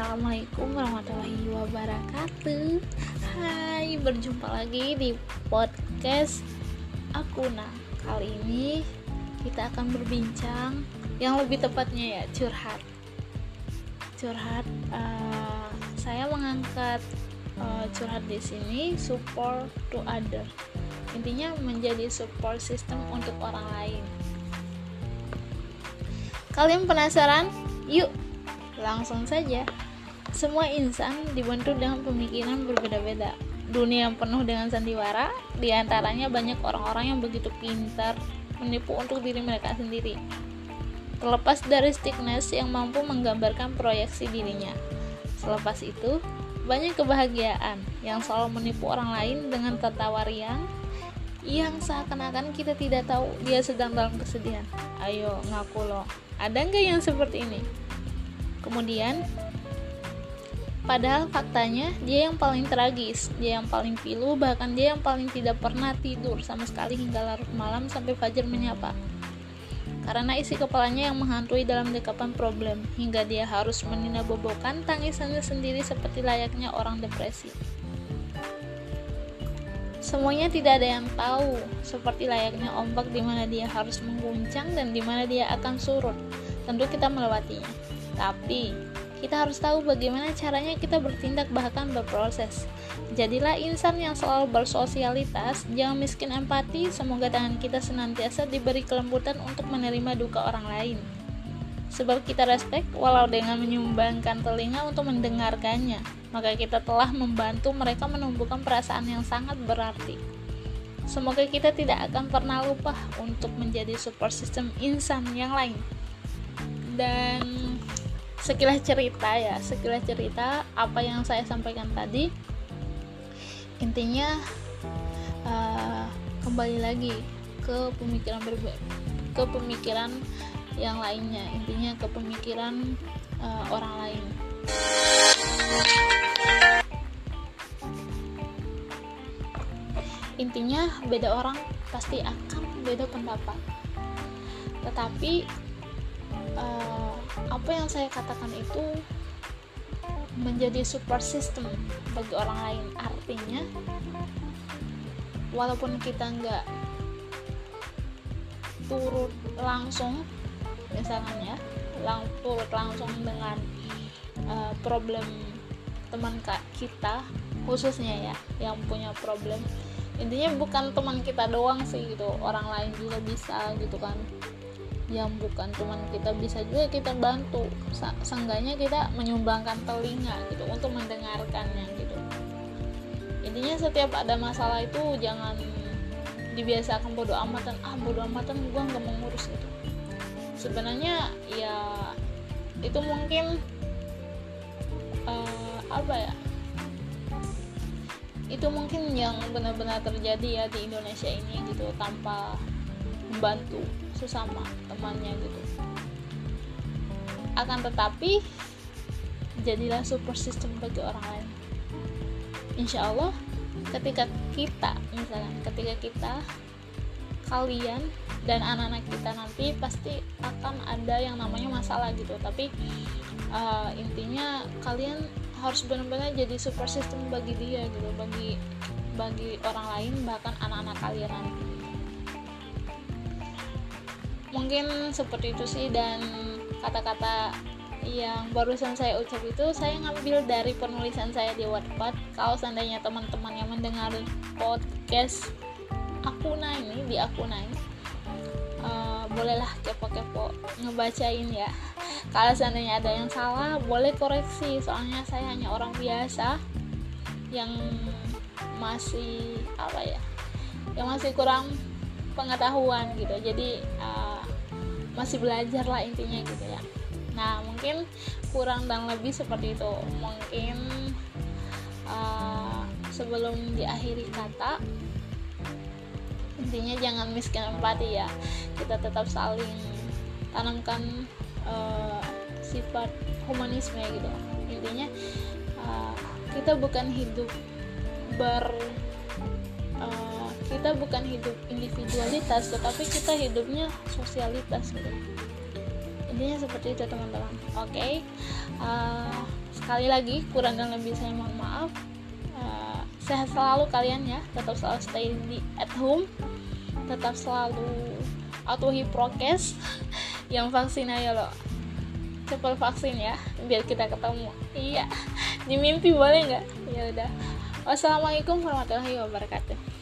Assalamualaikum warahmatullahi wabarakatuh. Hai, berjumpa lagi di podcast Akuna. Kali ini kita akan berbincang, yang lebih tepatnya ya curhat. Saya mengangkat curhat di sini, support to other. Intinya menjadi support system untuk orang lain. Kalian penasaran? Yuk, langsung saja. Semua insan dibentuk dengan pemikiran berbeda-beda. Dunia yang penuh dengan sandiwara, diantaranya banyak orang-orang yang begitu pintar menipu untuk diri mereka sendiri. Terlepas dari stigmas yang mampu menggambarkan proyeksi dirinya. Selepas itu, banyak kebahagiaan yang selalu menipu orang lain dengan tertawa riang, yang seakan-akan kita tidak tahu dia sedang dalam kesedihan. Ayo, ngaku loh. Ada nggak yang seperti ini? Kemudian, padahal faktanya dia yang paling tragis, dia yang paling pilu, bahkan dia yang paling tidak pernah tidur sama sekali hingga larut malam sampai fajar menyapa. Karena isi kepalanya yang menghantui dalam dekapan problem, hingga dia harus meninabobokan tangisannya sendiri seperti layaknya orang depresi. Semuanya tidak ada yang tahu, seperti layaknya ombak di mana dia harus mengguncang dan di mana dia akan surut. Tentu kita melewatinya. Tapi, kita harus tahu bagaimana caranya kita bertindak bahkan berproses. Jadilah insan yang selalu bersosialitas, jangan miskin empati, semoga tangan kita senantiasa diberi kelembutan untuk menerima duka orang lain. Sebab kita respect walau dengan menyumbangkan telinga untuk mendengarkannya, maka kita telah membantu mereka menumbuhkan perasaan yang sangat berarti. Semoga kita tidak akan pernah lupa untuk menjadi support system insan yang lain. Dan sekilas cerita apa yang saya sampaikan tadi, intinya kembali lagi ke pemikiran yang lainnya, intinya ke pemikiran orang lain. Intinya beda orang pasti akan beda pendapat, tetapi apa yang saya katakan itu menjadi support system bagi orang lain. Artinya walaupun kita nggak turut langsung, misalkan ya, turut langsung dengan problem teman kita, khususnya ya yang punya problem, intinya bukan teman kita doang sih gitu, orang lain juga bisa gitu kan, yang bukan teman kita bisa juga kita bantu. Seenggaknya kita menyumbangkan telinga gitu untuk mendengarkannya gitu. Intinya setiap ada masalah itu jangan dibiasakan bodo amatan, gue nggak mau ngurus gitu. Sebenarnya ya itu mungkin itu mungkin yang benar-benar terjadi ya di Indonesia ini gitu, tanpa membantu sesama temannya gitu. Akan tetapi jadilah support system bagi orang lain. Insya Allah ketika kita, kalian dan anak-anak kita nanti pasti akan ada yang namanya masalah gitu. Tapi intinya kalian harus benar-benar jadi support system bagi dia gitu, bagi orang lain, bahkan anak-anak kalian nanti. Mungkin seperti itu sih. Dan kata-kata yang barusan saya ucap itu saya ngambil dari penulisan saya di Wattpad. Kalau seandainya teman-teman yang mendengar podcast Akuna ini di Akuna ini, bolehlah kepo-kepo ngebacain ya. Kalau seandainya ada yang salah boleh koreksi, soalnya saya hanya orang biasa yang masih yang masih kurang pengetahuan gitu, jadi masih belajar lah intinya gitu ya. Nah, mungkin kurang dan lebih seperti itu. Mungkin sebelum diakhiri kata, intinya jangan miskin empati ya, kita tetap saling tanamkan sifat humanisme gitu. Intinya kita bukan hidup individualitas, tetapi kita hidupnya sosialitas gitu. Intinya seperti itu teman-teman. Oke. Sekali lagi kurang dan lebih saya mohon maaf. Sehat selalu kalian ya, tetap selalu stay at home, tetap selalu atuhi prokes. Yang vaksin ayo lo cepet vaksin ya, biar kita ketemu. Iya, di mimpi boleh nggak? Ya udah, wassalamualaikum warahmatullahi wabarakatuh.